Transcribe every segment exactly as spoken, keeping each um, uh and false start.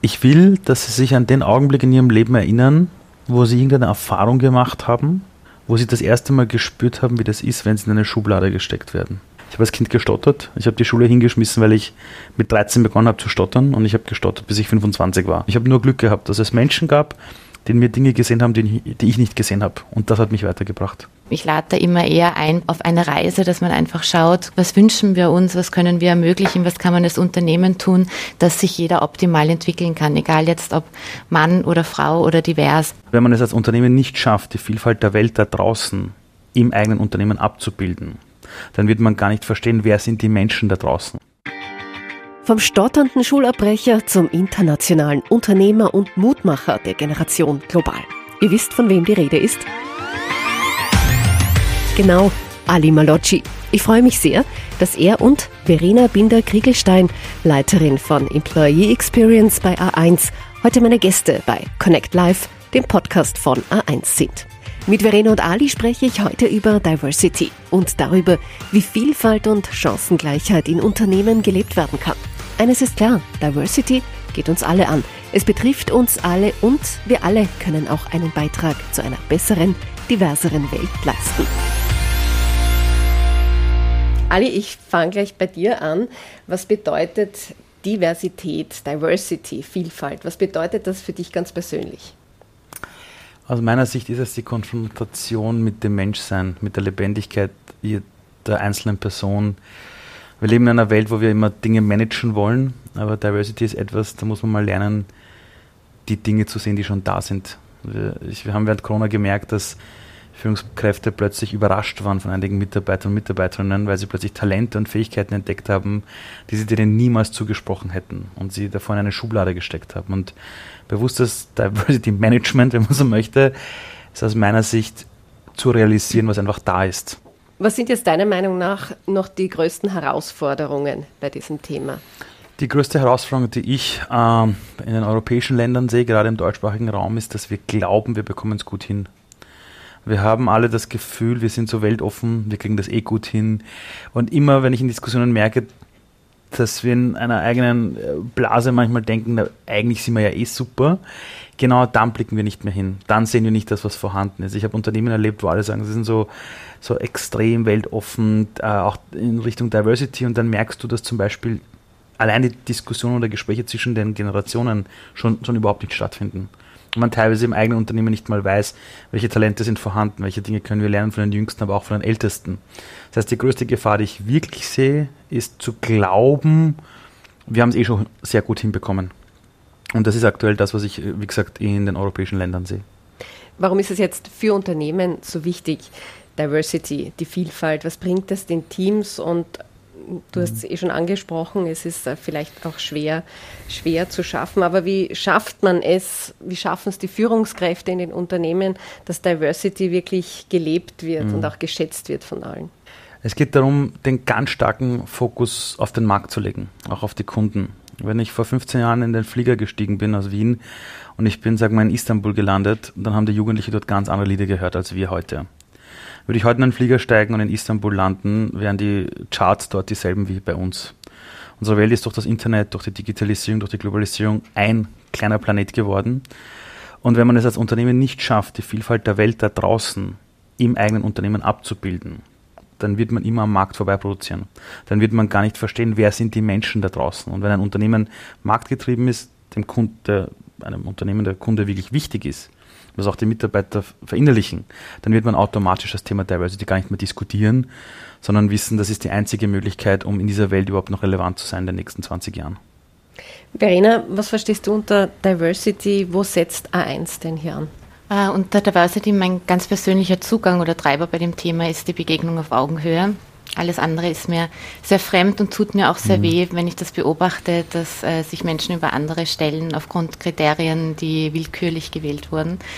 Ich will, dass sie sich an den Augenblick in ihrem Leben erinnern, wo sie irgendeine Erfahrung gemacht haben, wo sie das erste Mal gespürt haben, wie das ist, wenn sie in eine Schublade gesteckt werden. Ich habe als Kind gestottert. Ich habe die Schule hingeschmissen, weil ich mit dreizehn begonnen habe zu stottern und ich habe gestottert, bis ich fünfundzwanzig war. Ich habe nur Glück gehabt, dass es Menschen gab, die in mir Dinge gesehen haben, die, die ich nicht gesehen habe. Und das hat mich weitergebracht. Ich lade da immer eher ein auf eine Reise, dass man einfach schaut, was wünschen wir uns, was können wir ermöglichen, was kann man als Unternehmen tun, dass sich jeder optimal entwickeln kann, egal jetzt ob Mann oder Frau oder divers. Wenn man es als Unternehmen nicht schafft, die Vielfalt der Welt da draußen im eigenen Unternehmen abzubilden, dann wird man gar nicht verstehen, wer sind die Menschen da draußen. Vom stotternden Schulabbrecher zum internationalen Unternehmer und Mutmacher der Generation global. Ihr wisst, von wem die Rede ist? Genau, Ali Malocci. Ich freue mich sehr, dass er und Verena Binder-Kriegelstein, Leiterin von Employee Experience bei A eins, heute meine Gäste bei Connect Live, dem Podcast von A eins sind. Mit Verena und Ali spreche ich heute über Diversity und darüber, wie Vielfalt und Chancengleichheit in Unternehmen gelebt werden kann. Eines ist klar, Diversity geht uns alle an. Es betrifft uns alle und wir alle können auch einen Beitrag zu einer besseren, diverseren Welt leisten. Ali, ich fange gleich bei dir an. Was bedeutet Diversität, Diversity, Vielfalt? Was bedeutet das für dich ganz persönlich? Aus meiner Sicht ist es die Konfrontation mit dem Menschsein, mit der Lebendigkeit der einzelnen Person. Wir leben in einer Welt, wo wir immer Dinge managen wollen, aber Diversity ist etwas, da muss man mal lernen, die Dinge zu sehen, die schon da sind. Wir, ich, wir haben während Corona gemerkt, dass Führungskräfte plötzlich überrascht waren von einigen Mitarbeitern und Mitarbeiterinnen, weil sie plötzlich Talente und Fähigkeiten entdeckt haben, die sie denen niemals zugesprochen hätten und sie davor in eine Schublade gesteckt haben. Und bewusstes Diversity Management, wenn man so möchte, ist aus meiner Sicht zu realisieren, was einfach da ist. Was sind jetzt deiner Meinung nach noch die größten Herausforderungen bei diesem Thema? Die größte Herausforderung, die ich ähm, in den europäischen Ländern sehe, gerade im deutschsprachigen Raum, ist, dass wir glauben, wir bekommen es gut hin. Wir haben alle das Gefühl, wir sind so weltoffen, wir kriegen das eh gut hin. Und immer, wenn ich in Diskussionen merke, dass wir in einer eigenen Blase manchmal denken, na, eigentlich sind wir ja eh super, genau dann blicken wir nicht mehr hin. Dann sehen wir nicht das, was vorhanden ist. Ich habe Unternehmen erlebt, wo alle sagen, sie sind so, so extrem weltoffen, äh, auch in Richtung Diversity. Und dann merkst du, dass zum Beispiel allein die Diskussionen oder Gespräche zwischen den Generationen schon, schon überhaupt nicht stattfinden. Und man teilweise im eigenen Unternehmen nicht mal weiß, welche Talente sind vorhanden, welche Dinge können wir lernen von den Jüngsten, aber auch von den Ältesten. Das heißt, die größte Gefahr, die ich wirklich sehe, ist zu glauben, wir haben es eh schon sehr gut hinbekommen. Und das ist aktuell das, was ich, wie gesagt, in den europäischen Ländern sehe. Warum ist es jetzt für Unternehmen so wichtig, Diversity, die Vielfalt? Was bringt das den Teams? Und du hast es eh schon angesprochen, es ist vielleicht auch schwer, schwer zu schaffen, aber wie schafft man es, wie schaffen es die Führungskräfte in den Unternehmen, dass Diversity wirklich gelebt wird mhm. und auch geschätzt wird von allen? Es geht darum, den ganz starken Fokus auf den Markt zu legen, auch auf die Kunden. Wenn ich vor fünfzehn Jahren in den Flieger gestiegen bin aus Wien und ich bin, sagen wir, in Istanbul gelandet, dann haben die Jugendlichen dort ganz andere Lieder gehört als wir heute. Würde ich heute in einen Flieger steigen und in Istanbul landen, wären die Charts dort dieselben wie bei uns. Unsere Welt ist durch das Internet, durch die Digitalisierung, durch die Globalisierung ein kleiner Planet geworden. Und wenn man es als Unternehmen nicht schafft, die Vielfalt der Welt da draußen im eigenen Unternehmen abzubilden, dann wird man immer am Markt vorbei produzieren. Dann wird man gar nicht verstehen, wer sind die Menschen da draußen. Und wenn ein Unternehmen marktgetrieben ist, dem Kunde, einem Unternehmen der Kunde wirklich wichtig ist, was auch die Mitarbeiter verinnerlichen, dann wird man automatisch das Thema Diversity gar nicht mehr diskutieren, sondern wissen, das ist die einzige Möglichkeit, um in dieser Welt überhaupt noch relevant zu sein in den nächsten zwanzig Jahren. Verena, was verstehst du unter Diversity? Wo setzt A eins denn hier an? Uh, unter Diversity mein ganz persönlicher Zugang oder Treiber bei dem Thema ist die Begegnung auf Augenhöhe. Alles andere ist mir sehr fremd und tut mir auch sehr mhm. weh, wenn ich das beobachte, dass äh, sich Menschen über andere stellen aufgrund Kriterien, die willkürlich gewählt wurden.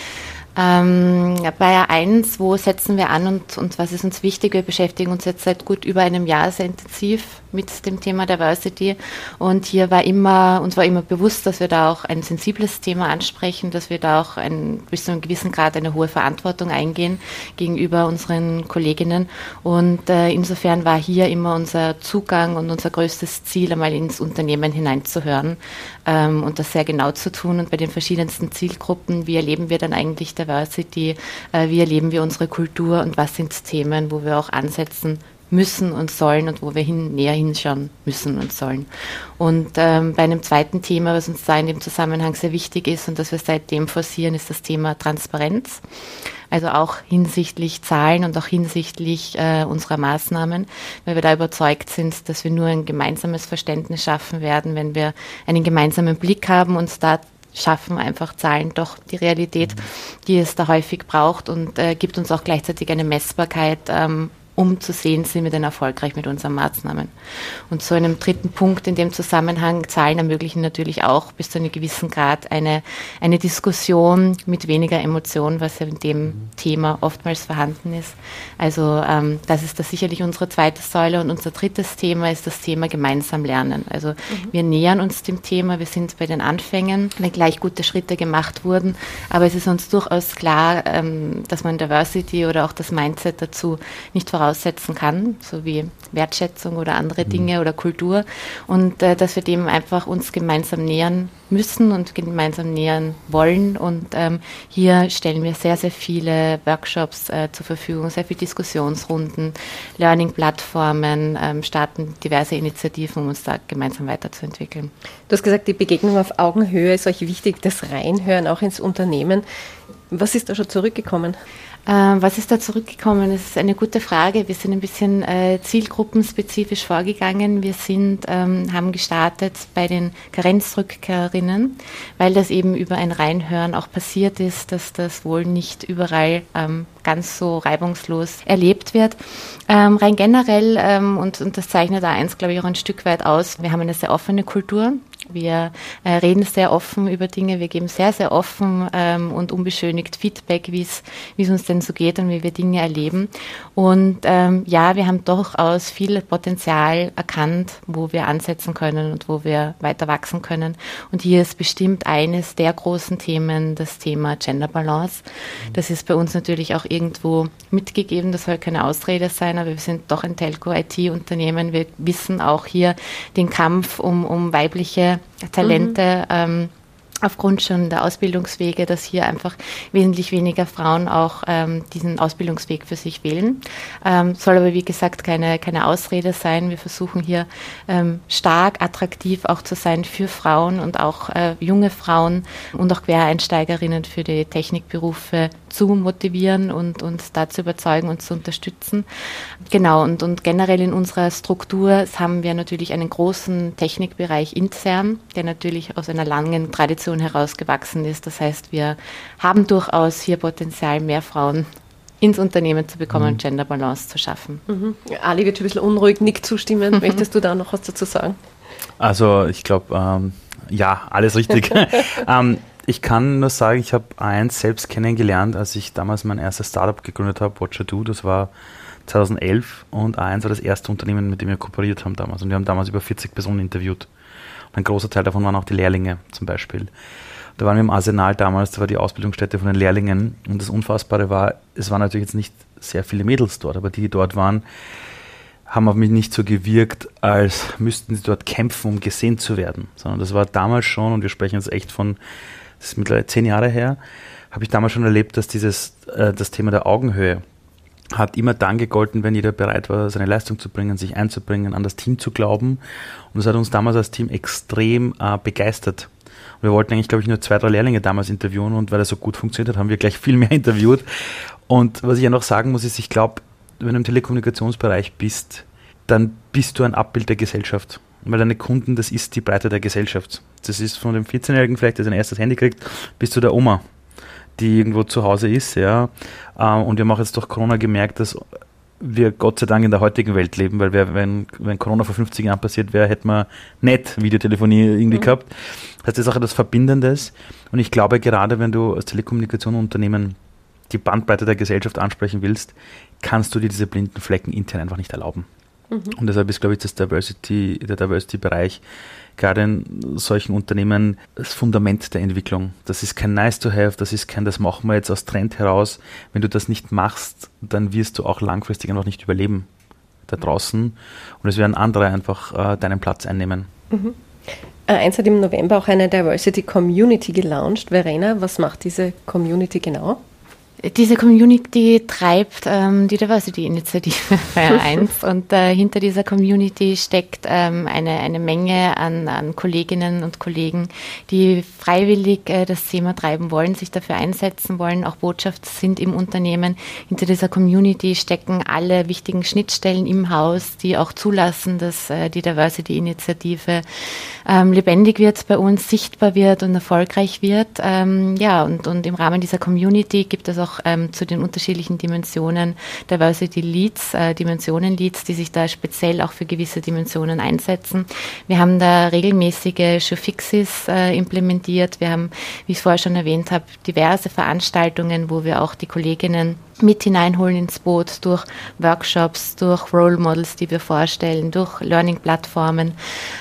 Ähm, bei A eins, wo setzen wir an und, und was ist uns wichtig? Wir beschäftigen uns jetzt seit gut über einem Jahr sehr intensiv mit dem Thema Diversity und hier war immer, uns war immer bewusst, dass wir da auch ein sensibles Thema ansprechen, dass wir da auch ein, bis zu einem gewissen Grad eine hohe Verantwortung eingehen gegenüber unseren Kolleginnen und äh, insofern war hier immer unser Zugang und unser größtes Ziel, einmal ins Unternehmen hineinzuhören ähm, und das sehr genau zu tun und bei den verschiedensten Zielgruppen, wie erleben wir dann eigentlich Diversity, äh, wie erleben wir unsere Kultur und was sind Themen, wo wir auch ansetzen müssen und sollen und wo wir hin, näher hinschauen müssen und sollen. Und ähm, bei einem zweiten Thema, was uns da in dem Zusammenhang sehr wichtig ist und das wir seitdem forcieren, ist das Thema Transparenz. Also auch hinsichtlich Zahlen und auch hinsichtlich äh, unserer Maßnahmen, weil wir da überzeugt sind, dass wir nur ein gemeinsames Verständnis schaffen werden, wenn wir einen gemeinsamen Blick haben und da schaffen einfach Zahlen doch die Realität, die es da häufig braucht und äh, gibt uns auch gleichzeitig eine Messbarkeit, ähm, um zu sehen, sind wir denn erfolgreich mit unseren Maßnahmen. Und so einem dritten Punkt in dem Zusammenhang, Zahlen ermöglichen natürlich auch bis zu einem gewissen Grad eine, eine Diskussion mit weniger Emotion, was ja in dem mhm. Thema oftmals vorhanden ist. Also ähm, das ist da sicherlich unsere zweite Säule und unser drittes Thema ist das Thema gemeinsam lernen. Also mhm. wir nähern uns dem Thema, wir sind bei den Anfängen, wenn gleich gute Schritte gemacht wurden, aber es ist uns durchaus klar, ähm, dass man Diversity oder auch das Mindset dazu nicht voraussetzen kann, so wie Wertschätzung oder andere Dinge mhm. oder Kultur und äh, dass wir dem einfach uns gemeinsam nähern müssen und gemeinsam nähern wollen und ähm, hier stellen wir sehr, sehr viele Workshops äh, zur Verfügung, sehr viele Diskussionsrunden, Learning-Plattformen, ähm, starten diverse Initiativen, um uns da gemeinsam weiterzuentwickeln. Du hast gesagt, die Begegnung auf Augenhöhe ist euch wichtig, das Reinhören auch ins Unternehmen. Was ist da schon zurückgekommen? Ähm, was ist da zurückgekommen? Das ist eine gute Frage. Wir sind ein bisschen äh, zielgruppenspezifisch vorgegangen. Wir sind, ähm, haben gestartet bei den Karenzdrückkehrerinnen, weil das eben über ein Reinhören auch passiert ist, dass das wohl nicht überall ähm, ganz so reibungslos erlebt wird. Ähm, rein generell, ähm, und, und das zeichnet A eins, glaube ich, auch ein Stück weit aus, wir haben eine sehr offene Kultur. Wir äh, reden sehr offen über Dinge, wir geben sehr, sehr offen ähm, und unbeschönigt Feedback, wie es wie es uns denn so geht und wie wir Dinge erleben. Und ähm, ja, wir haben durchaus viel Potenzial erkannt, wo wir ansetzen können und wo wir weiter wachsen können. Und hier ist bestimmt eines der großen Themen das Thema Gender Balance. Das ist bei uns natürlich auch irgendwo mitgegeben, das soll keine Ausrede sein, aber wir sind doch ein Telco-I T-Unternehmen. Wir wissen auch hier den Kampf um, um weibliche Talente, mhm. ähm, aufgrund schon der Ausbildungswege, dass hier einfach wesentlich weniger Frauen auch ähm, diesen Ausbildungsweg für sich wählen. Ähm, soll aber, wie gesagt, keine, keine Ausrede sein. Wir versuchen hier ähm, stark attraktiv auch zu sein für Frauen und auch äh, junge Frauen und auch Quereinsteigerinnen für die Technikberufe zu motivieren und uns da zu überzeugen und zu unterstützen. Genau, und, und generell in unserer Struktur haben wir natürlich einen großen Technikbereich intern, der natürlich aus einer langen Tradition herausgewachsen ist. Das heißt, wir haben durchaus hier Potenzial, mehr Frauen ins Unternehmen zu bekommen und mhm. Gender Balance zu schaffen. Mhm. Ali wird ein bisschen unruhig, nickt zustimmend. Möchtest du da noch was dazu sagen? Also ich glaube, ähm, ja, alles richtig. ähm, ich kann nur sagen, ich habe A eins selbst kennengelernt, als ich damals mein erstes Startup gegründet habe, Watchadoo. Das war zweitausendelf und A eins war das erste Unternehmen, mit dem wir kooperiert haben damals. Und wir haben damals über vierzig Personen interviewt. Ein großer Teil davon waren auch die Lehrlinge zum Beispiel. Da waren wir im Arsenal damals, da war die Ausbildungsstätte von den Lehrlingen. Und das Unfassbare war, es waren natürlich jetzt nicht sehr viele Mädels dort, aber die, die dort waren, haben auf mich nicht so gewirkt, als müssten sie dort kämpfen, um gesehen zu werden. Sondern das war damals schon, und wir sprechen jetzt echt von, das ist mittlerweile zehn Jahre her, habe ich damals schon erlebt, dass dieses, äh, das Thema der Augenhöhe hat immer dann gegolten, wenn jeder bereit war, seine Leistung zu bringen, sich einzubringen, an das Team zu glauben. Und das hat uns damals als Team extrem äh, begeistert. Und wir wollten eigentlich, glaube ich, nur zwei, drei Lehrlinge damals interviewen und weil das so gut funktioniert hat, haben wir gleich viel mehr interviewt. Und was ich ja noch sagen muss, ist, ich glaube, wenn du im Telekommunikationsbereich bist, dann bist du ein Abbild der Gesellschaft. Weil deine Kunden, das ist die Breite der Gesellschaft. Das ist von dem vierzehnjährigen vielleicht, der sein erstes Handy kriegt, bis zu der Oma, die irgendwo zu Hause ist, ja. Und wir haben auch jetzt durch Corona gemerkt, dass wir Gott sei Dank in der heutigen Welt leben, weil wir, wenn, wenn Corona vor fünfzig Jahren passiert wäre, hätten wir nicht Videotelefonie irgendwie mhm. gehabt. Das heißt, das ist auch etwas Verbindendes. Und ich glaube, gerade wenn du als Telekommunikationsunternehmen die Bandbreite der Gesellschaft ansprechen willst, kannst du dir diese blinden Flecken intern einfach nicht erlauben. Mhm. Und deshalb ist, glaube ich, das Diversity, der Diversity-Bereich gerade in solchen Unternehmen das Fundament der Entwicklung. Das ist kein Nice to have, das ist kein, das machen wir jetzt aus Trend heraus. Wenn du das nicht machst, dann wirst du auch langfristig einfach nicht überleben da draußen. Und es werden andere einfach äh, deinen Platz einnehmen. Mhm. A eins hat im November auch eine Diversity Community gelauncht. Verena, was macht diese Community genau? Diese Community treibt ähm, die Diversity-Initiative bei A eins und äh, hinter dieser Community steckt ähm, eine, eine Menge an, an Kolleginnen und Kollegen, die freiwillig äh, das Thema treiben wollen, sich dafür einsetzen wollen, auch Botschaft sind im Unternehmen. Hinter dieser Community stecken alle wichtigen Schnittstellen im Haus, die auch zulassen, dass äh, die Diversity-Initiative ähm, lebendig wird bei uns, sichtbar wird und erfolgreich wird. Ähm, ja, und, und im Rahmen dieser Community gibt es auch Ähm, zu den unterschiedlichen Dimensionen Diversity Leads, äh, Dimensionen Leads, die sich da speziell auch für gewisse Dimensionen einsetzen. Wir haben da regelmäßige Showfixes äh, implementiert. Wir haben, wie ich es vorher schon erwähnt habe, diverse Veranstaltungen, wo wir auch die Kolleginnen mit hineinholen ins Boot durch Workshops, durch Role Models, die wir vorstellen, durch Learning-Plattformen.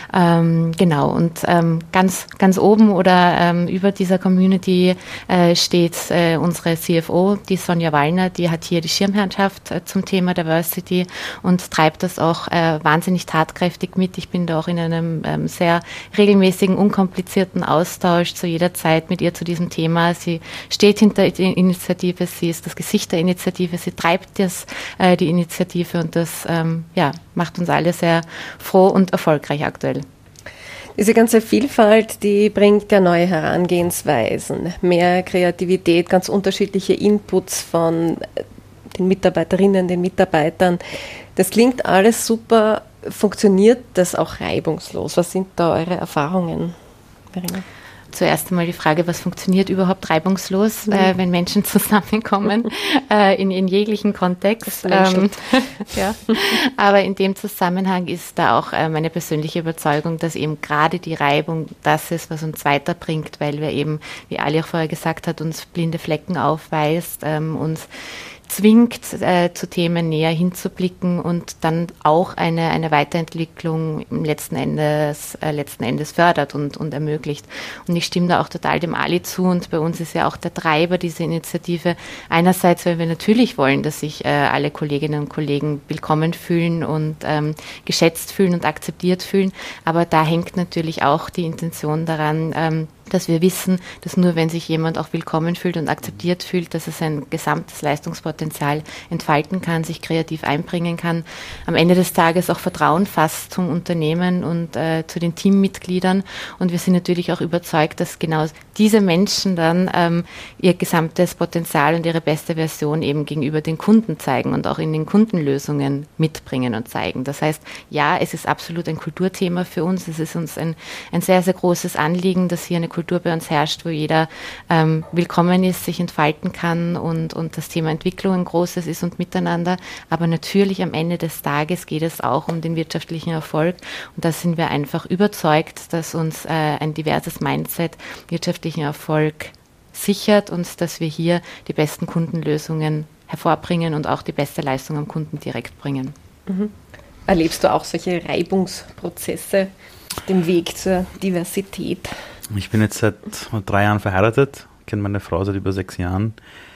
Ähm, genau, und ähm, ganz, ganz oben oder ähm, über dieser Community äh, steht äh, unsere C F O, die Sonja Wallner, die hat hier die Schirmherrschaft äh, zum Thema Diversity und treibt das auch äh, wahnsinnig tatkräftig mit. Ich bin da auch in einem ähm, sehr regelmäßigen, unkomplizierten Austausch zu jeder Zeit mit ihr zu diesem Thema. Sie steht hinter der Initiative, sie ist das Gesicht der Initiative, sie treibt das, äh, die Initiative und das ähm, ja, macht uns alle sehr froh und erfolgreich aktuell. Diese ganze Vielfalt, die bringt ja neue Herangehensweisen, mehr Kreativität, ganz unterschiedliche Inputs von den Mitarbeiterinnen, den Mitarbeitern. Das klingt alles super. Funktioniert das auch reibungslos? Was sind da eure Erfahrungen, Verena? Zuerst einmal die Frage, was funktioniert überhaupt reibungslos, mhm. äh, wenn Menschen zusammenkommen, äh, in, in jeglichen Kontext. Ähm, ja. Aber in dem Zusammenhang ist da auch äh, meine persönliche Überzeugung, dass eben gerade die Reibung das ist, was uns weiterbringt, weil wir eben, wie Ali auch vorher gesagt hat, uns blinde Flecken aufweist, ähm, uns zwingt, äh, zu Themen näher hinzublicken und dann auch eine, eine Weiterentwicklung im letzten Endes, äh, letzten Endes fördert und, und ermöglicht. Und ich stimme da auch total dem Ali zu und bei uns ist ja auch der Treiber dieser Initiative einerseits, weil wir natürlich wollen, dass sich äh, alle Kolleginnen und Kollegen willkommen fühlen und ähm, geschätzt fühlen und akzeptiert fühlen, aber da hängt natürlich auch die Intention daran, ähm, dass wir wissen, dass nur wenn sich jemand auch willkommen fühlt und akzeptiert fühlt, dass er sein gesamtes Leistungspotenzial entfalten kann, sich kreativ einbringen kann, am Ende des Tages auch Vertrauen fasst zum Unternehmen und äh, zu den Teammitgliedern. Und wir sind natürlich auch überzeugt, dass genau diese Menschen dann ähm, ihr gesamtes Potenzial und ihre beste Version eben gegenüber den Kunden zeigen und auch in den Kundenlösungen mitbringen und zeigen. Das heißt, ja, es ist absolut ein Kulturthema für uns. Es ist uns ein, ein sehr, sehr großes Anliegen, dass hier eine Kultur bei uns herrscht, wo jeder ähm, willkommen ist, sich entfalten kann und, und das Thema Entwicklung ein großes ist und miteinander. Aber natürlich am Ende des Tages geht es auch um den wirtschaftlichen Erfolg und da sind wir einfach überzeugt, dass uns äh, ein diverses Mindset wirtschaftlichen Erfolg sichert und dass wir hier die besten Kundenlösungen hervorbringen und auch die beste Leistung am Kunden direkt bringen. Mhm. Erlebst du auch solche Reibungsprozesse, den Weg zur Diversität? Ich bin jetzt seit drei Jahren verheiratet, kenne meine Frau seit über sechs Jahren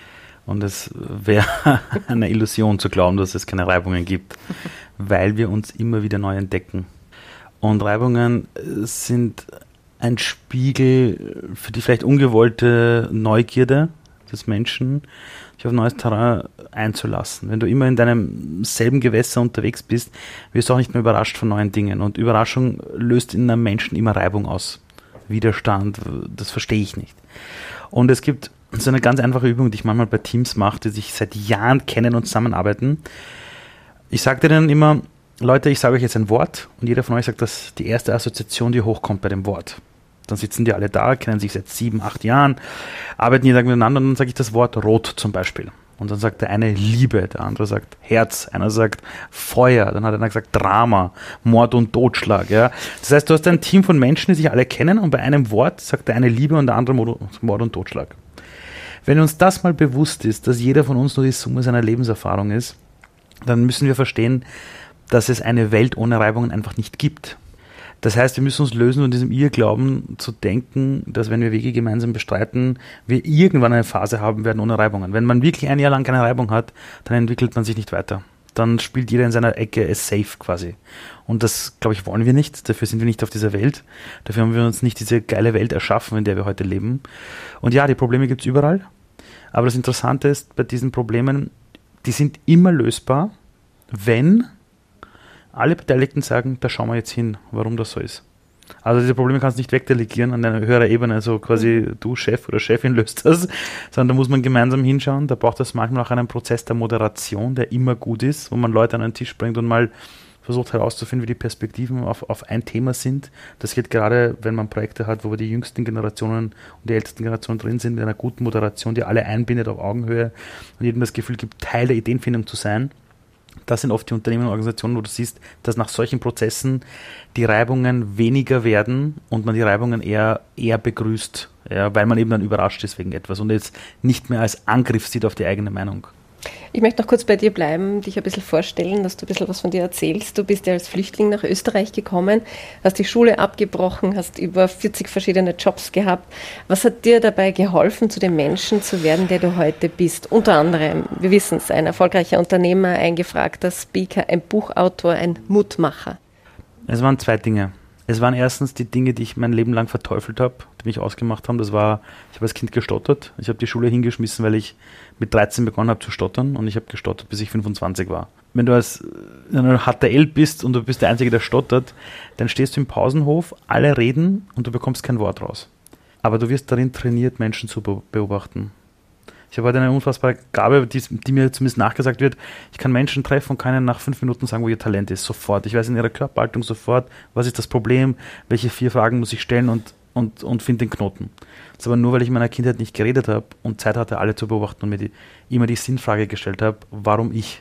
und es wäre eine Illusion zu glauben, dass es keine Reibungen gibt, weil wir uns immer wieder neu entdecken. Und Reibungen sind ein Spiegel für die vielleicht ungewollte Neugierde des Menschen, sich auf neues Terrain einzulassen. Wenn du immer in deinem selben Gewässer unterwegs bist, wirst du auch nicht mehr überrascht von neuen Dingen. Und Überraschung löst in einem Menschen immer Reibung aus. Widerstand, das verstehe ich nicht. Und es gibt so eine ganz einfache Übung, die ich manchmal bei Teams mache, die sich seit Jahren kennen und zusammenarbeiten. Ich sage denen immer, Leute, ich sage euch jetzt ein Wort und jeder von euch sagt, dass die erste Assoziation, die hochkommt bei dem Wort. Dann sitzen die alle da, kennen sich seit sieben, acht Jahren, arbeiten jeden Tag miteinander und dann sage ich das Wort rot zum Beispiel. Und dann sagt der eine Liebe, der andere sagt Herz, einer sagt Feuer, dann hat einer gesagt Drama, Mord und Totschlag. Ja. Das heißt, du hast ein Team von Menschen, die sich alle kennen und bei einem Wort sagt der eine Liebe und der andere Mord und Totschlag. Wenn uns das mal bewusst ist, dass jeder von uns nur die Summe seiner Lebenserfahrung ist, dann müssen wir verstehen, dass es eine Welt ohne Reibungen einfach nicht gibt. Das heißt, wir müssen uns lösen von diesem Irrglauben zu denken, dass wenn wir Wege gemeinsam bestreiten, wir irgendwann eine Phase haben werden ohne Reibungen. Wenn man wirklich ein Jahr lang keine Reibung hat, dann entwickelt man sich nicht weiter. Dann spielt jeder in seiner Ecke es safe quasi. Und das, glaube ich, wollen wir nicht. Dafür sind wir nicht auf dieser Welt. Dafür haben wir uns nicht diese geile Welt erschaffen, in der wir heute leben. Und ja, die Probleme gibt es überall. Aber das Interessante ist bei diesen Problemen, die sind immer lösbar, wenn alle Beteiligten sagen, da schauen wir jetzt hin, warum das so ist. Also diese Probleme kannst du nicht wegdelegieren an eine höhere Ebene, also quasi du Chef oder Chefin löst das, sondern da muss man gemeinsam hinschauen. Da braucht es manchmal auch einen Prozess der Moderation, der immer gut ist, wo man Leute an einen Tisch bringt und mal versucht herauszufinden, wie die Perspektiven auf, auf ein Thema sind. Das geht gerade, wenn man Projekte hat, wo die jüngsten Generationen und die ältesten Generationen drin sind, mit einer guten Moderation, die alle einbindet auf Augenhöhe und jedem das Gefühl gibt, Teil der Ideenfindung zu sein. Das sind oft die Unternehmen und Organisationen, wo du siehst, dass nach solchen Prozessen die Reibungen weniger werden und man die Reibungen eher, eher begrüßt, ja, weil man eben dann überrascht ist wegen etwas und jetzt nicht mehr als Angriff sieht auf die eigene Meinung. Ich möchte noch kurz bei dir bleiben, dich ein bisschen vorstellen, dass du ein bisschen was von dir erzählst. Du bist ja als Flüchtling nach Österreich gekommen, hast die Schule abgebrochen, hast über vierzig verschiedene Jobs gehabt. Was hat dir dabei geholfen, zu dem Menschen zu werden, der du heute bist? Unter anderem, wir wissen es, ein erfolgreicher Unternehmer, ein gefragter Speaker, ein Buchautor, ein Mutmacher. Es waren zwei Dinge. Es waren erstens die Dinge, die ich mein Leben lang verteufelt habe, die mich ausgemacht haben. Das war, ich habe als Kind gestottert. Ich habe die Schule hingeschmissen, weil ich mit dreizehn begonnen habe zu stottern und ich habe gestottert, bis ich fünfundzwanzig war. Wenn du als in einer H T L bist und du bist der Einzige, der stottert, dann stehst du im Pausenhof, alle reden und du bekommst kein Wort raus. Aber du wirst darin trainiert, Menschen zu beobachten. Ich habe heute eine unfassbare Gabe, die, die mir zumindest nachgesagt wird. Ich kann Menschen treffen und kann ihnen nach fünf Minuten sagen, wo ihr Talent ist. Sofort. Ich weiß in ihrer Körperhaltung sofort, was ist das Problem, welche vier Fragen muss ich stellen und, und, und finde den Knoten. Das ist aber nur, weil ich in meiner Kindheit nicht geredet habe und Zeit hatte, alle zu beobachten und mir die, immer die Sinnfrage gestellt habe, warum ich?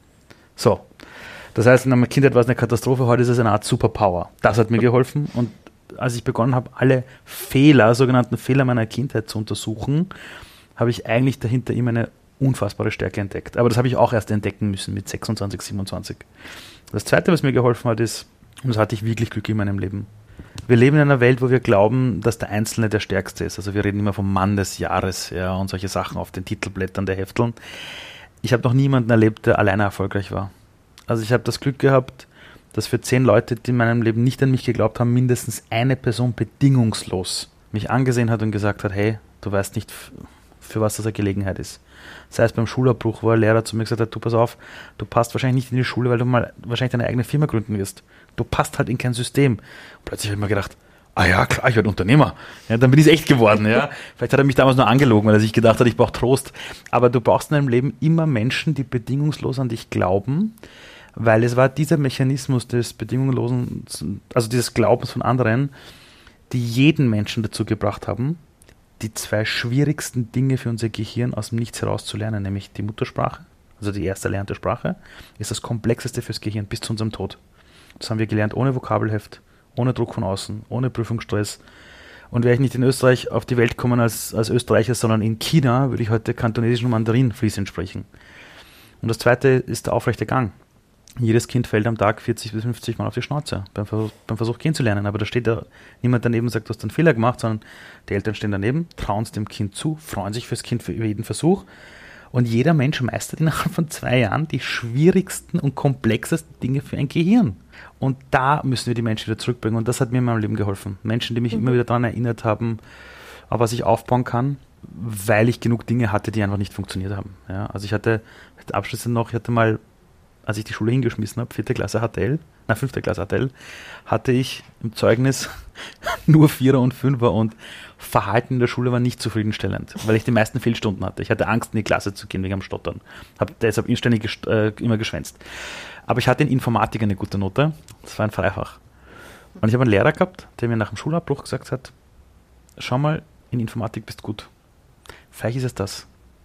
So. Das heißt, in meiner Kindheit war es eine Katastrophe, heute ist es eine Art Superpower. Das hat mir geholfen und als ich begonnen habe, alle Fehler, sogenannten Fehler meiner Kindheit zu untersuchen, habe ich eigentlich dahinter immer eine unfassbare Stärke entdeckt. Aber das habe ich auch erst entdecken müssen mit sechsundzwanzig, siebenundzwanzig. Das Zweite, was mir geholfen hat, ist, und das hatte ich wirklich Glück in meinem Leben, wir leben in einer Welt, wo wir glauben, dass der Einzelne der Stärkste ist. Also wir reden immer vom Mann des Jahres, ja, und solche Sachen auf den Titelblättern der Hefteln. Ich habe noch niemanden erlebt, der alleine erfolgreich war. Also ich habe das Glück gehabt, dass für zehn Leute, die in meinem Leben nicht an mich geglaubt haben, mindestens eine Person bedingungslos mich angesehen hat und gesagt hat, hey, du weißt nicht, für was das eine Gelegenheit ist. Sei es beim Schulabbruch, wo ein Lehrer zu mir gesagt hat, du pass auf, du passt wahrscheinlich nicht in die Schule, weil du mal wahrscheinlich deine eigene Firma gründen wirst. Du passt halt in kein System. Und plötzlich habe ich mir gedacht, ah ja, klar, ich werde Unternehmer. Ja, dann bin ich es echt geworden. Ja. Vielleicht hat er mich damals nur angelogen, weil er sich gedacht hat, ich brauche Trost. Aber du brauchst in deinem Leben immer Menschen, die bedingungslos an dich glauben, weil es war dieser Mechanismus des bedingungslosen, also dieses Glaubens von anderen, die jeden Menschen dazu gebracht haben, die zwei schwierigsten Dinge für unser Gehirn aus dem Nichts heraus zu lernen, nämlich die Muttersprache, also die erste erlernte Sprache, ist das Komplexeste fürs Gehirn bis zu unserem Tod. Das haben wir gelernt ohne Vokabelheft, ohne Druck von außen, ohne Prüfungsstress. Und wäre ich nicht in Österreich auf die Welt gekommen als, als Österreicher, sondern in China, würde ich heute Kantonesisch und Mandarin fließend sprechen. Und das Zweite ist der aufrechte Gang. Jedes Kind fällt am Tag vierzig bis fünfzig Mal auf die Schnauze beim Versuch, beim Versuch gehen zu lernen. Aber da steht ja niemand daneben und sagt, du hast einen Fehler gemacht, sondern die Eltern stehen daneben, trauen es dem Kind zu, freuen sich fürs Kind für jeden Versuch. Und jeder Mensch meistert innerhalb von zwei Jahren die schwierigsten und komplexesten Dinge für ein Gehirn. Und da müssen wir die Menschen wieder zurückbringen. Und das hat mir in meinem Leben geholfen. Menschen, die mich mhm. immer wieder daran erinnert haben, auf was ich aufbauen kann, weil ich genug Dinge hatte, die einfach nicht funktioniert haben. Ja, also ich hatte, abschließend noch, ich hatte mal, als ich die Schule hingeschmissen habe, vierte Klasse H T L, na fünfte Klasse H T L, hatte ich im Zeugnis nur Vierer und Fünfer und Verhalten in der Schule war nicht zufriedenstellend, weil ich die meisten Fehlstunden hatte. Ich hatte Angst, in die Klasse zu gehen wegen dem Stottern. Habe deshalb inständig gest- äh, immer geschwänzt. Aber ich hatte in Informatik eine gute Note, das war ein Freifach. Und ich habe einen Lehrer gehabt, der mir nach dem Schulabbruch gesagt hat, schau mal, in Informatik bist du gut. Vielleicht ist es das.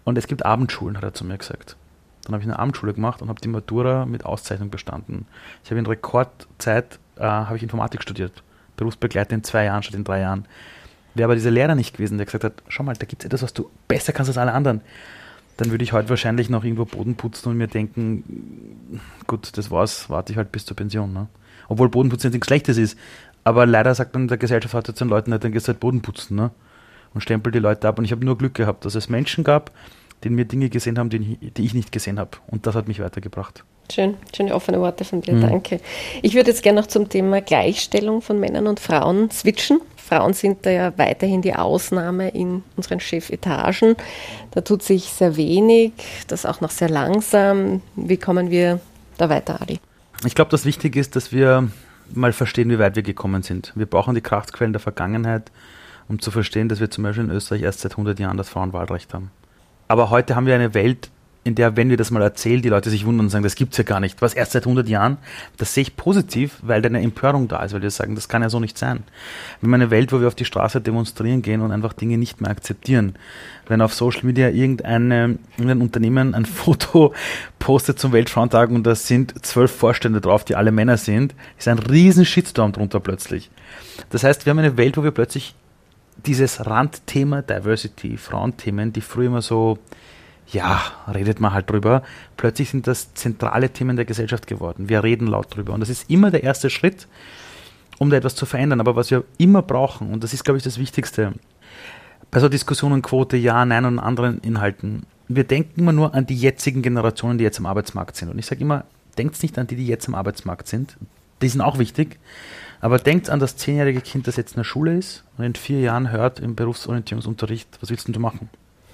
Und es gibt Abendschulen, hat er zu mir gesagt. Dann habe ich eine Abendschule gemacht und habe die Matura mit Auszeichnung bestanden. Ich habe in Rekordzeit äh, habe ich Informatik studiert. Berufsbegleiter in zwei Jahren statt in drei Jahren. Wäre aber dieser Lehrer nicht gewesen, der gesagt hat, schau mal, da gibt es etwas, was du besser kannst als alle anderen. Dann würde ich heute wahrscheinlich noch irgendwo Boden putzen und mir denken, gut, das war's, warte ich halt bis zur Pension. Ne? Obwohl Bodenputzen nichts Schlechtes ist. Aber leider sagt dann der Gesellschaft heute zu den Leuten, dann gehst du halt Boden putzen, ne? Und stempelt die Leute ab. Und ich habe nur Glück gehabt, dass es Menschen gab, die mir Dinge gesehen haben, die, die ich nicht gesehen habe. Und das hat mich weitergebracht. Schön, schöne offene Worte von dir, mhm. danke. Ich würde jetzt gerne noch zum Thema Gleichstellung von Männern und Frauen switchen. Frauen sind da ja weiterhin die Ausnahme in unseren Chefetagen. Da tut sich sehr wenig, das auch noch sehr langsam. Wie kommen wir da weiter, Adi? Ich glaube, das Wichtige ist, dass wir mal verstehen, wie weit wir gekommen sind. Wir brauchen die Kraftquellen der Vergangenheit, um zu verstehen, dass wir zum Beispiel in Österreich erst seit hundert Jahren das Frauenwahlrecht haben. Aber heute haben wir eine Welt, in der, wenn wir das mal erzählen, die Leute sich wundern und sagen, das gibt's ja gar nicht. Was erst seit hundert Jahren? Das sehe ich positiv, weil da eine Empörung da ist, weil wir sagen, das kann ja so nicht sein. Wir haben eine Welt, wo wir auf die Straße demonstrieren gehen und einfach Dinge nicht mehr akzeptieren. Wenn auf Social Media irgendeine, irgendein Unternehmen ein Foto postet zum Weltfrauentag und da sind zwölf Vorstände drauf, die alle Männer sind, ist ein riesen Shitstorm drunter plötzlich. Das heißt, wir haben eine Welt, wo wir plötzlich dieses Randthema Diversity, Frauenthemen, die früher immer so, ja, redet man halt drüber, plötzlich sind das zentrale Themen der Gesellschaft geworden. Wir reden laut drüber und das ist immer der erste Schritt, um da etwas zu verändern. Aber was wir immer brauchen, und das ist, glaube ich, das Wichtigste, bei so Diskussionen, Quote, ja, nein und anderen Inhalten, wir denken immer nur an die jetzigen Generationen, die jetzt am Arbeitsmarkt sind. Und ich sage immer, denkt nicht an die, die jetzt am Arbeitsmarkt sind. Die sind auch wichtig. Aber denkt an das zehnjährige Kind, das jetzt in der Schule ist und in vier Jahren hört im Berufsorientierungsunterricht, was willst denn du machen?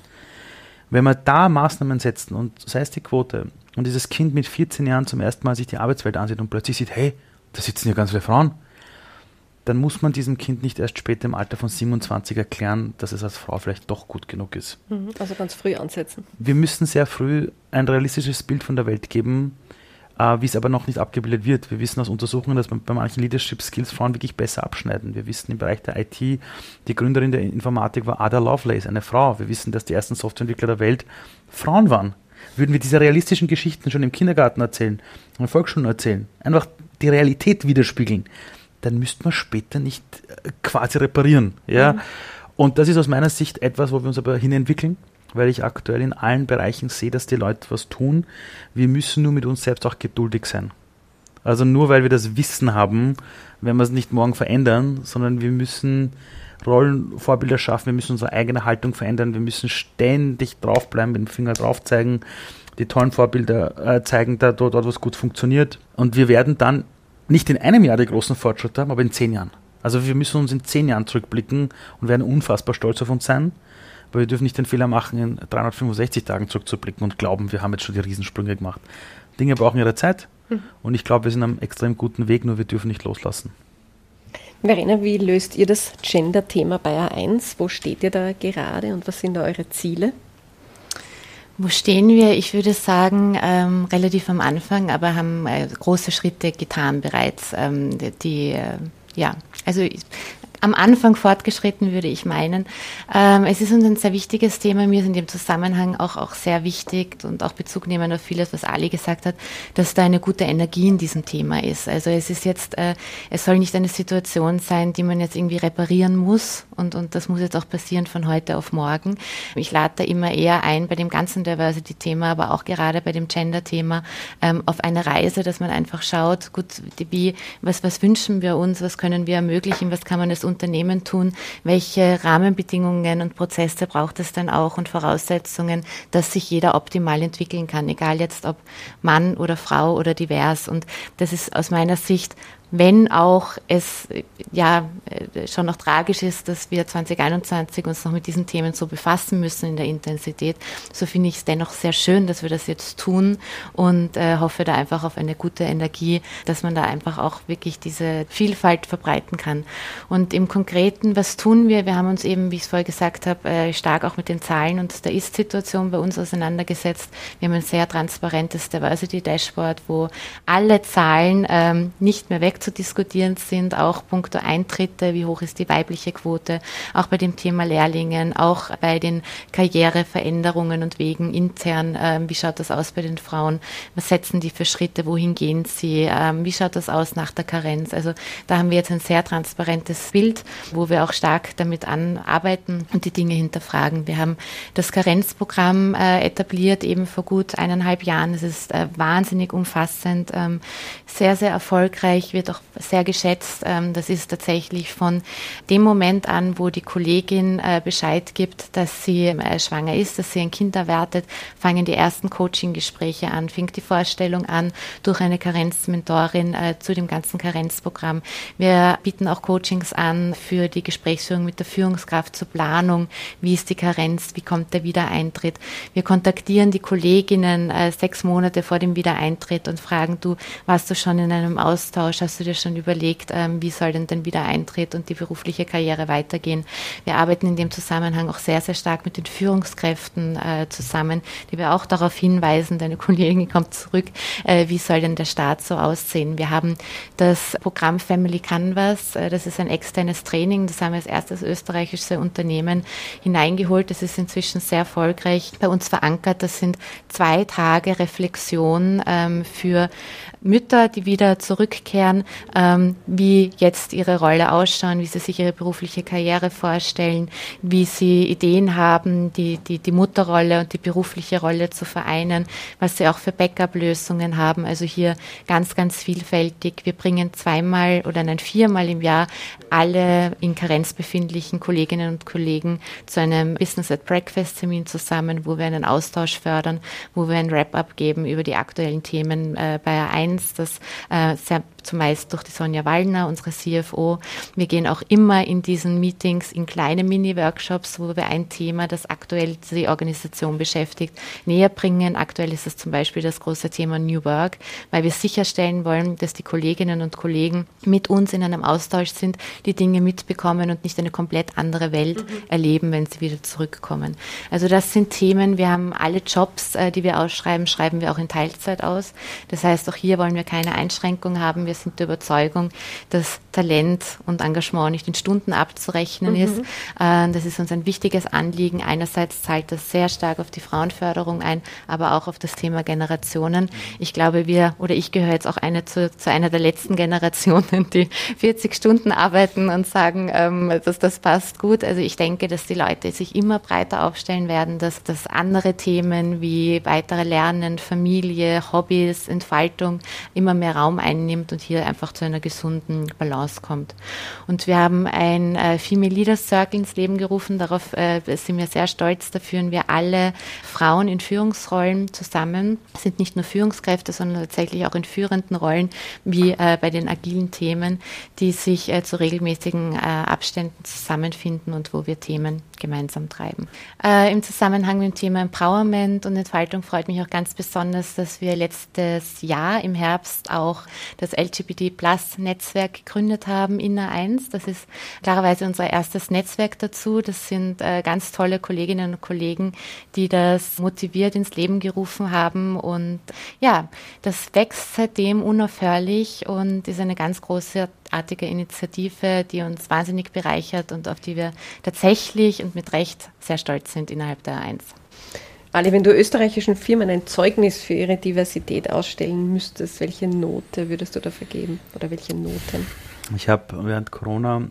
Wenn wir da Maßnahmen setzen und sei es die Quote und dieses Kind mit vierzehn Jahren zum ersten Mal sich die Arbeitswelt ansieht und plötzlich sieht, hey, da sitzen ja ganz viele Frauen, dann muss man diesem Kind nicht erst später im Alter von siebenundzwanzig erklären, dass es als Frau vielleicht doch gut genug ist. Also ganz früh ansetzen. Wir müssen sehr früh ein realistisches Bild von der Welt geben, Uh, wie es aber noch nicht abgebildet wird. Wir wissen aus Untersuchungen, dass man bei manchen Leadership Skills Frauen wirklich besser abschneiden. Wir wissen im Bereich der I T, die Gründerin der Informatik war Ada Lovelace, eine Frau. Wir wissen, dass die ersten Softwareentwickler der Welt Frauen waren. Würden wir diese realistischen Geschichten schon im Kindergarten erzählen, in der Volksschule erzählen, einfach die Realität widerspiegeln, dann müsste man später nicht äh, quasi reparieren. Ja? Mhm. Und das ist aus meiner Sicht etwas, wo wir uns aber hinentwickeln, weil ich aktuell in allen Bereichen sehe, dass die Leute was tun. Wir müssen nur mit uns selbst auch geduldig sein. Also nur weil wir das Wissen haben, werden wir es nicht morgen verändern, sondern wir müssen Rollenvorbilder schaffen, wir müssen unsere eigene Haltung verändern, wir müssen ständig draufbleiben, mit dem Finger drauf zeigen, die tollen Vorbilder äh, zeigen, da dort, dort was gut funktioniert. Und wir werden dann nicht in einem Jahr die großen Fortschritte haben, aber in zehn Jahren. Also wir müssen uns in zehn Jahren zurückblicken und werden unfassbar stolz auf uns sein. Aber wir dürfen nicht den Fehler machen, in dreihundertfünfundsechzig Tagen zurückzublicken und glauben, wir haben jetzt schon die Riesensprünge gemacht. Dinge brauchen ihre Zeit mhm. und ich glaube, wir sind am extrem guten Weg, nur wir dürfen nicht loslassen. Verena, wie löst ihr das Gender-Thema bei A eins? Wo steht ihr da gerade und was sind da eure Ziele? Wo stehen wir? Ich würde sagen, ähm, relativ am Anfang, aber haben äh, große Schritte getan bereits. Ähm, die, äh, ja, also am Anfang fortgeschritten, würde ich meinen. Ähm, es ist uns ein sehr wichtiges Thema. Mir ist in dem Zusammenhang auch, auch sehr wichtig und auch Bezug nehmen auf vieles, was Ali gesagt hat, dass da eine gute Energie in diesem Thema ist. Also es ist jetzt, äh, es soll nicht eine Situation sein, die man jetzt irgendwie reparieren muss und, und das muss jetzt auch passieren von heute auf morgen. Ich lade da immer eher ein bei dem ganzen Diversity-Thema, aber auch gerade bei dem Gender-Thema ähm, auf eine Reise, dass man einfach schaut, gut, wie, was, was wünschen wir uns, was können wir ermöglichen, was kann man als Unternehmen tun, welche Rahmenbedingungen und Prozesse braucht es dann auch und Voraussetzungen, dass sich jeder optimal entwickeln kann, egal jetzt ob Mann oder Frau oder divers. Und das ist aus meiner Sicht, wenn auch es ja schon noch tragisch ist, dass wir zwanzig einundzwanzig uns noch mit diesen Themen so befassen müssen in der Intensität, so finde ich es dennoch sehr schön, dass wir das jetzt tun und äh, hoffe da einfach auf eine gute Energie, dass man da einfach auch wirklich diese Vielfalt verbreiten kann. Und im Konkreten, was tun wir? Wir haben uns eben, wie ich es vorher gesagt habe, äh, stark auch mit den Zahlen und der Ist-Situation bei uns auseinandergesetzt. Wir haben ein sehr transparentes Diversity-Dashboard, wo alle Zahlen ähm, nicht mehr weg stark zu diskutieren sind, auch punkto Eintritte, wie hoch ist die weibliche Quote, auch bei dem Thema Lehrlingen, auch bei den Karriereveränderungen und Wegen intern, äh, wie schaut das aus bei den Frauen, was setzen die für Schritte, wohin gehen sie, äh, wie schaut das aus nach der Karenz. Also da haben wir jetzt ein sehr transparentes Bild, wo wir auch stark damit anarbeiten und die Dinge hinterfragen. Wir haben das Karenzprogramm äh, etabliert, eben vor gut eineinhalb Jahren. Es ist äh, wahnsinnig umfassend, ähm, sehr, sehr erfolgreich, wird auch sehr geschätzt. Ähm, das ist tatsächlich von dem Moment an, wo die Kollegin äh, Bescheid gibt, dass sie äh, schwanger ist, dass sie ein Kind erwartet, fangen die ersten Coaching-Gespräche an, fängt die Vorstellung an durch eine Karenzmentorin äh, zu dem ganzen Karenzprogramm. Wir bieten auch Coachings an für die Gesprächsführung mit der Führungskraft zur Planung. Wie ist die Karenz? Wie kommt der Wiedereintritt? Wir kontaktieren die Kolleginnen äh, sechs Monate vor dem Wiedereintritt und fragen, du, warst du schon in einem Austausch? Hast du dir schon überlegt, ähm, wie soll denn der Wiedereintritt und die berufliche Karriere weitergehen? Wir arbeiten in dem Zusammenhang auch sehr, sehr stark mit den Führungskräften äh, zusammen, die wir auch darauf hinweisen, deine Kollegin kommt zurück, äh, wie soll denn der Start so aussehen? Wir haben das Programm Family Canvas, äh, das ist ein externes Training, das haben wir als erstes österreichische Unternehmen hineingeholt. Das ist inzwischen sehr erfolgreich bei uns verankert. Das sind zwei Tage Reflexion ähm, für Mütter, die wieder zurückkehren, ähm, wie jetzt ihre Rolle ausschauen, wie sie sich ihre berufliche Karriere vorstellen, wie sie Ideen haben, die, die, die Mutterrolle und die berufliche Rolle zu vereinen, was sie auch für Backup-Lösungen haben. Also hier ganz, ganz vielfältig. Wir bringen zweimal oder nein, viermal im Jahr alle in Karenz befindlichen Kolleginnen und Kollegen zu einem Business at Breakfast Termin zusammen, wo wir einen Austausch fördern, wo wir ein Wrap-up geben über die aktuellen Themen äh, bei A eins, das äh, sehr zumeist durch die Sonja Wallner, unsere C F O. Wir gehen auch immer in diesen Meetings in kleine Mini-Workshops, wo wir ein Thema, das aktuell die Organisation beschäftigt, näher bringen. Aktuell ist es zum Beispiel das große Thema New Work, weil wir sicherstellen wollen, dass die Kolleginnen und Kollegen mit uns in einem Austausch sind, die Dinge mitbekommen und nicht eine komplett andere Welt mhm. erleben, wenn sie wieder zurückkommen. Also das sind Themen, wir haben alle Jobs, die wir ausschreiben, schreiben wir auch in Teilzeit aus. Das heißt, auch hier wollen wir keine Einschränkung haben. Wir sind der Überzeugung, dass Talent und Engagement nicht in Stunden abzurechnen mhm. ist. Das ist uns ein wichtiges Anliegen. Einerseits zahlt das sehr stark auf die Frauenförderung ein, aber auch auf das Thema Generationen. Ich glaube, wir, oder ich gehöre jetzt auch eine zu, zu einer der letzten Generationen, die vierzig Stunden arbeiten und sagen, ähm, dass das passt gut. Also ich denke, dass die Leute sich immer breiter aufstellen werden, dass, dass andere Themen wie weitere Lernen, Familie, Hobbys, Entfaltung immer mehr Raum einnimmt und hier einfach zu einer gesunden Balance kommt. Und wir haben ein äh, Female Leaders Circle ins Leben gerufen. Darauf äh, sind wir sehr stolz. Da führen wir alle Frauen in Führungsrollen zusammen. Es sind nicht nur Führungskräfte, sondern tatsächlich auch in führenden Rollen, wie äh, bei den agilen Themen, die sich äh, zu regelmäßigen äh, Abständen zusammenfinden und wo wir Themen gemeinsam treiben. Äh, Im Zusammenhang mit dem Thema Empowerment und Entfaltung freut mich auch ganz besonders, dass wir letztes Jahr im Herbst auch das L G B T Plus Netzwerk gegründet haben in A eins. Das ist klarerweise unser erstes Netzwerk dazu. Das sind äh, ganz tolle Kolleginnen und Kollegen, die das motiviert ins Leben gerufen haben. Und ja, das wächst seitdem unaufhörlich und ist eine ganz großartige Initiative, die uns wahnsinnig bereichert und auf die wir tatsächlich und mit Recht sehr stolz sind innerhalb der A eins. Ali, wenn du österreichischen Firmen ein Zeugnis für ihre Diversität ausstellen müsstest, welche Note würdest du da vergeben oder welche Noten? Ich habe während Corona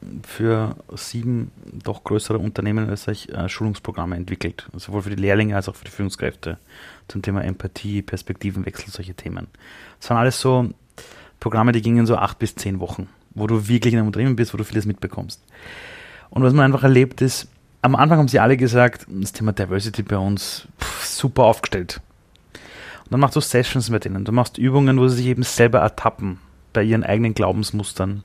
für sieben doch größere Unternehmen in Österreich äh, Schulungsprogramme entwickelt, sowohl für die Lehrlinge als auch für die Führungskräfte zum Thema Empathie, Perspektivenwechsel, solche Themen. Das waren alles so Programme, die gingen so acht bis zehn Wochen, wo du wirklich in einem Unternehmen bist, wo du vieles mitbekommst. Und was man einfach erlebt ist, am Anfang haben sie alle gesagt, das Thema Diversity bei uns pff, super aufgestellt. Und dann machst du Sessions mit ihnen, du machst Übungen, wo sie sich eben selber ertappen bei ihren eigenen Glaubensmustern.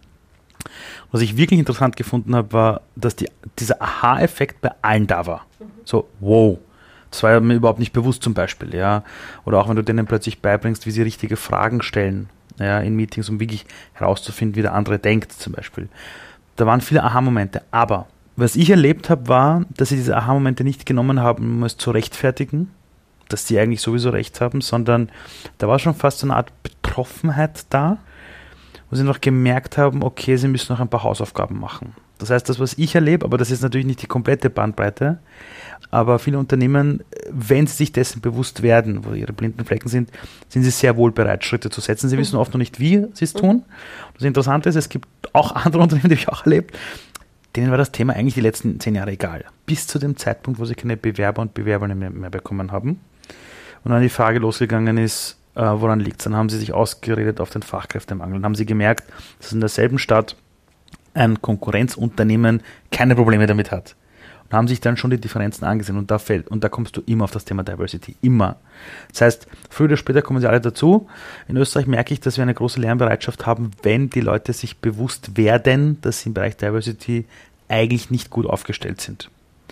Was ich wirklich interessant gefunden habe, war, dass die, dieser Aha-Effekt bei allen da war. Mhm. So, wow, das war mir überhaupt nicht bewusst zum Beispiel. Ja. Oder auch wenn du denen plötzlich beibringst, wie sie richtige Fragen stellen, ja, in Meetings, um wirklich herauszufinden, wie der andere denkt zum Beispiel. Da waren viele Aha-Momente, aber was ich erlebt habe, war, dass sie diese Aha-Momente nicht genommen haben, um es zu rechtfertigen, dass sie eigentlich sowieso recht haben, sondern da war schon fast so eine Art Betroffenheit da, wo sie noch gemerkt haben, okay, sie müssen noch ein paar Hausaufgaben machen. Das heißt, das, was ich erlebe, aber das ist natürlich nicht die komplette Bandbreite, aber viele Unternehmen, wenn sie sich dessen bewusst werden, wo ihre blinden Flecken sind, sind sie sehr wohl bereit, Schritte zu setzen. Sie wissen oft noch nicht, wie sie es tun. Das Interessante ist, es gibt auch andere Unternehmen, die ich auch erlebt, denen war das Thema eigentlich die letzten zehn Jahre egal. Bis zu dem Zeitpunkt, wo sie keine Bewerber und Bewerberinnen mehr, mehr bekommen haben. Und dann die Frage losgegangen ist, äh, woran liegt es? Dann haben sie sich ausgeredet auf den Fachkräftemangel. Dann haben sie gemerkt, dass in derselben Stadt ein Konkurrenzunternehmen keine Probleme damit hat. Und haben sich dann schon die Differenzen angesehen und da fällt, und da kommst du immer auf das Thema Diversity, immer. Das heißt, früher oder später kommen sie alle dazu. In Österreich merke ich, dass wir eine große Lernbereitschaft haben, wenn die Leute sich bewusst werden, dass sie im Bereich Diversity eigentlich nicht gut aufgestellt sind.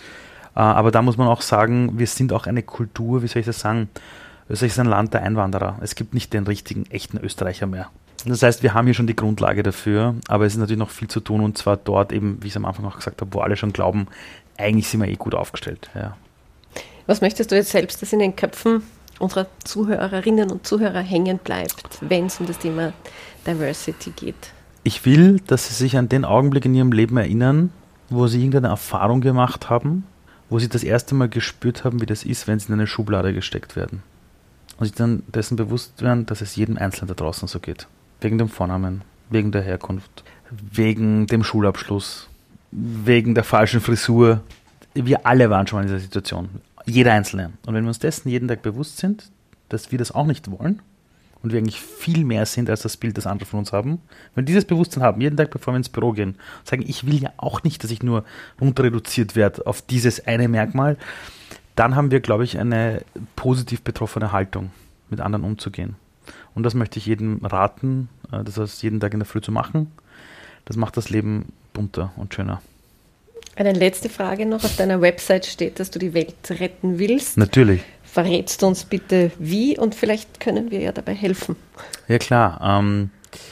Aber da muss man auch sagen, wir sind auch eine Kultur, wie soll ich das sagen, Österreich ist ein Land der Einwanderer. Es gibt nicht den richtigen, echten Österreicher mehr. Das heißt, wir haben hier schon die Grundlage dafür, aber es ist natürlich noch viel zu tun und zwar dort eben, wie ich es am Anfang auch gesagt habe, wo alle schon glauben, eigentlich sind wir eh gut aufgestellt. Ja. Was möchtest du jetzt selbst, dass in den Köpfen unserer Zuhörerinnen und Zuhörer hängen bleibt, wenn es um das Thema Diversity geht? Ich will, dass sie sich an den Augenblick in ihrem Leben erinnern, wo sie irgendeine Erfahrung gemacht haben, wo sie das erste Mal gespürt haben, wie das ist, wenn sie in eine Schublade gesteckt werden. Und sich dann dessen bewusst werden, dass es jedem Einzelnen da draußen so geht. Wegen dem Vornamen, wegen der Herkunft, wegen dem Schulabschluss, wegen der falschen Frisur. Wir alle waren schon mal in dieser Situation. Jeder Einzelne. Und wenn wir uns dessen jeden Tag bewusst sind, dass wir das auch nicht wollen und wir eigentlich viel mehr sind als das Bild, das andere von uns haben, wenn wir dieses Bewusstsein haben, jeden Tag, bevor wir ins Büro gehen, sagen, ich will ja auch nicht, dass ich nur runter reduziert werde auf dieses eine Merkmal, dann haben wir, glaube ich, eine positiv betroffene Haltung, mit anderen umzugehen. Und das möchte ich jedem raten, das heißt, jeden Tag in der Früh zu machen. Das macht das Leben bunter und schöner. Eine letzte Frage noch. Auf deiner Website steht, dass du die Welt retten willst. Natürlich. Verrätst du uns bitte wie und vielleicht können wir ja dabei helfen. Ja klar. Ähm,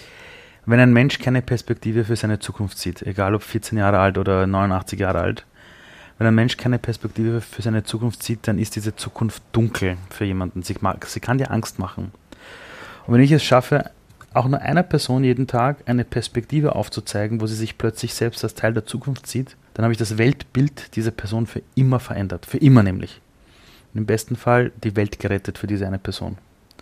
wenn ein Mensch keine Perspektive für seine Zukunft sieht, egal ob vierzehn Jahre alt oder neunundachtzig Jahre alt, wenn ein Mensch keine Perspektive für seine Zukunft sieht, dann ist diese Zukunft dunkel für jemanden. Sie, mag, sie kann dir Angst machen. Und wenn ich es schaffe, auch nur einer Person jeden Tag eine Perspektive aufzuzeigen, wo sie sich plötzlich selbst als Teil der Zukunft sieht, dann habe ich das Weltbild dieser Person für immer verändert. Für immer nämlich. Und im besten Fall die Welt gerettet für diese eine Person.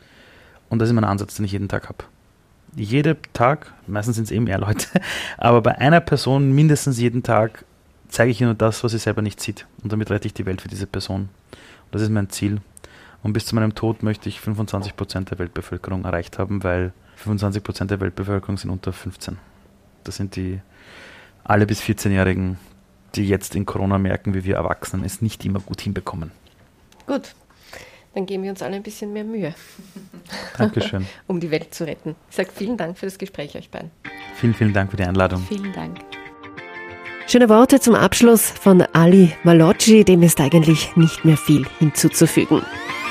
Und das ist mein Ansatz, den ich jeden Tag habe. Jeden Tag, meistens sind es eben mehr Leute, aber bei einer Person mindestens jeden Tag zeige ich ihr nur das, was sie selber nicht sieht. Und damit rette ich die Welt für diese Person. Und das ist mein Ziel. Und bis zu meinem Tod möchte ich fünfundzwanzig Prozent der Weltbevölkerung erreicht haben, weil fünfundzwanzig Prozent der Weltbevölkerung sind unter fünfzehn. Das sind die alle bis vierzehnjährigen, die jetzt in Corona merken, wie wir Erwachsenen es nicht immer gut hinbekommen. Gut, dann geben wir uns alle ein bisschen mehr Mühe. Dankeschön. Um die Welt zu retten. Ich sage vielen Dank für das Gespräch euch beiden. Vielen, vielen Dank für die Einladung. Vielen Dank. Schöne Worte zum Abschluss von Ali Malocci, dem ist eigentlich nicht mehr viel hinzuzufügen.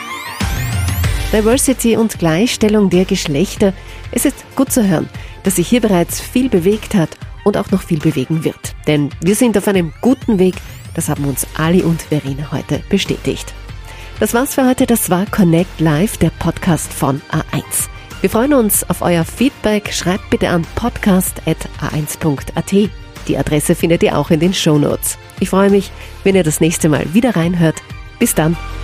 Diversity und Gleichstellung der Geschlechter. Es ist gut zu hören, dass sich hier bereits viel bewegt hat und auch noch viel bewegen wird. Denn wir sind auf einem guten Weg, das haben uns Ali und Verena heute bestätigt. Das war's für heute, das war Connect Live, der Podcast von A eins. Wir freuen uns auf euer Feedback, schreibt bitte an podcast at a eins punkt a t. Die Adresse findet ihr auch in den Shownotes. Ich freue mich, wenn ihr das nächste Mal wieder reinhört. Bis dann.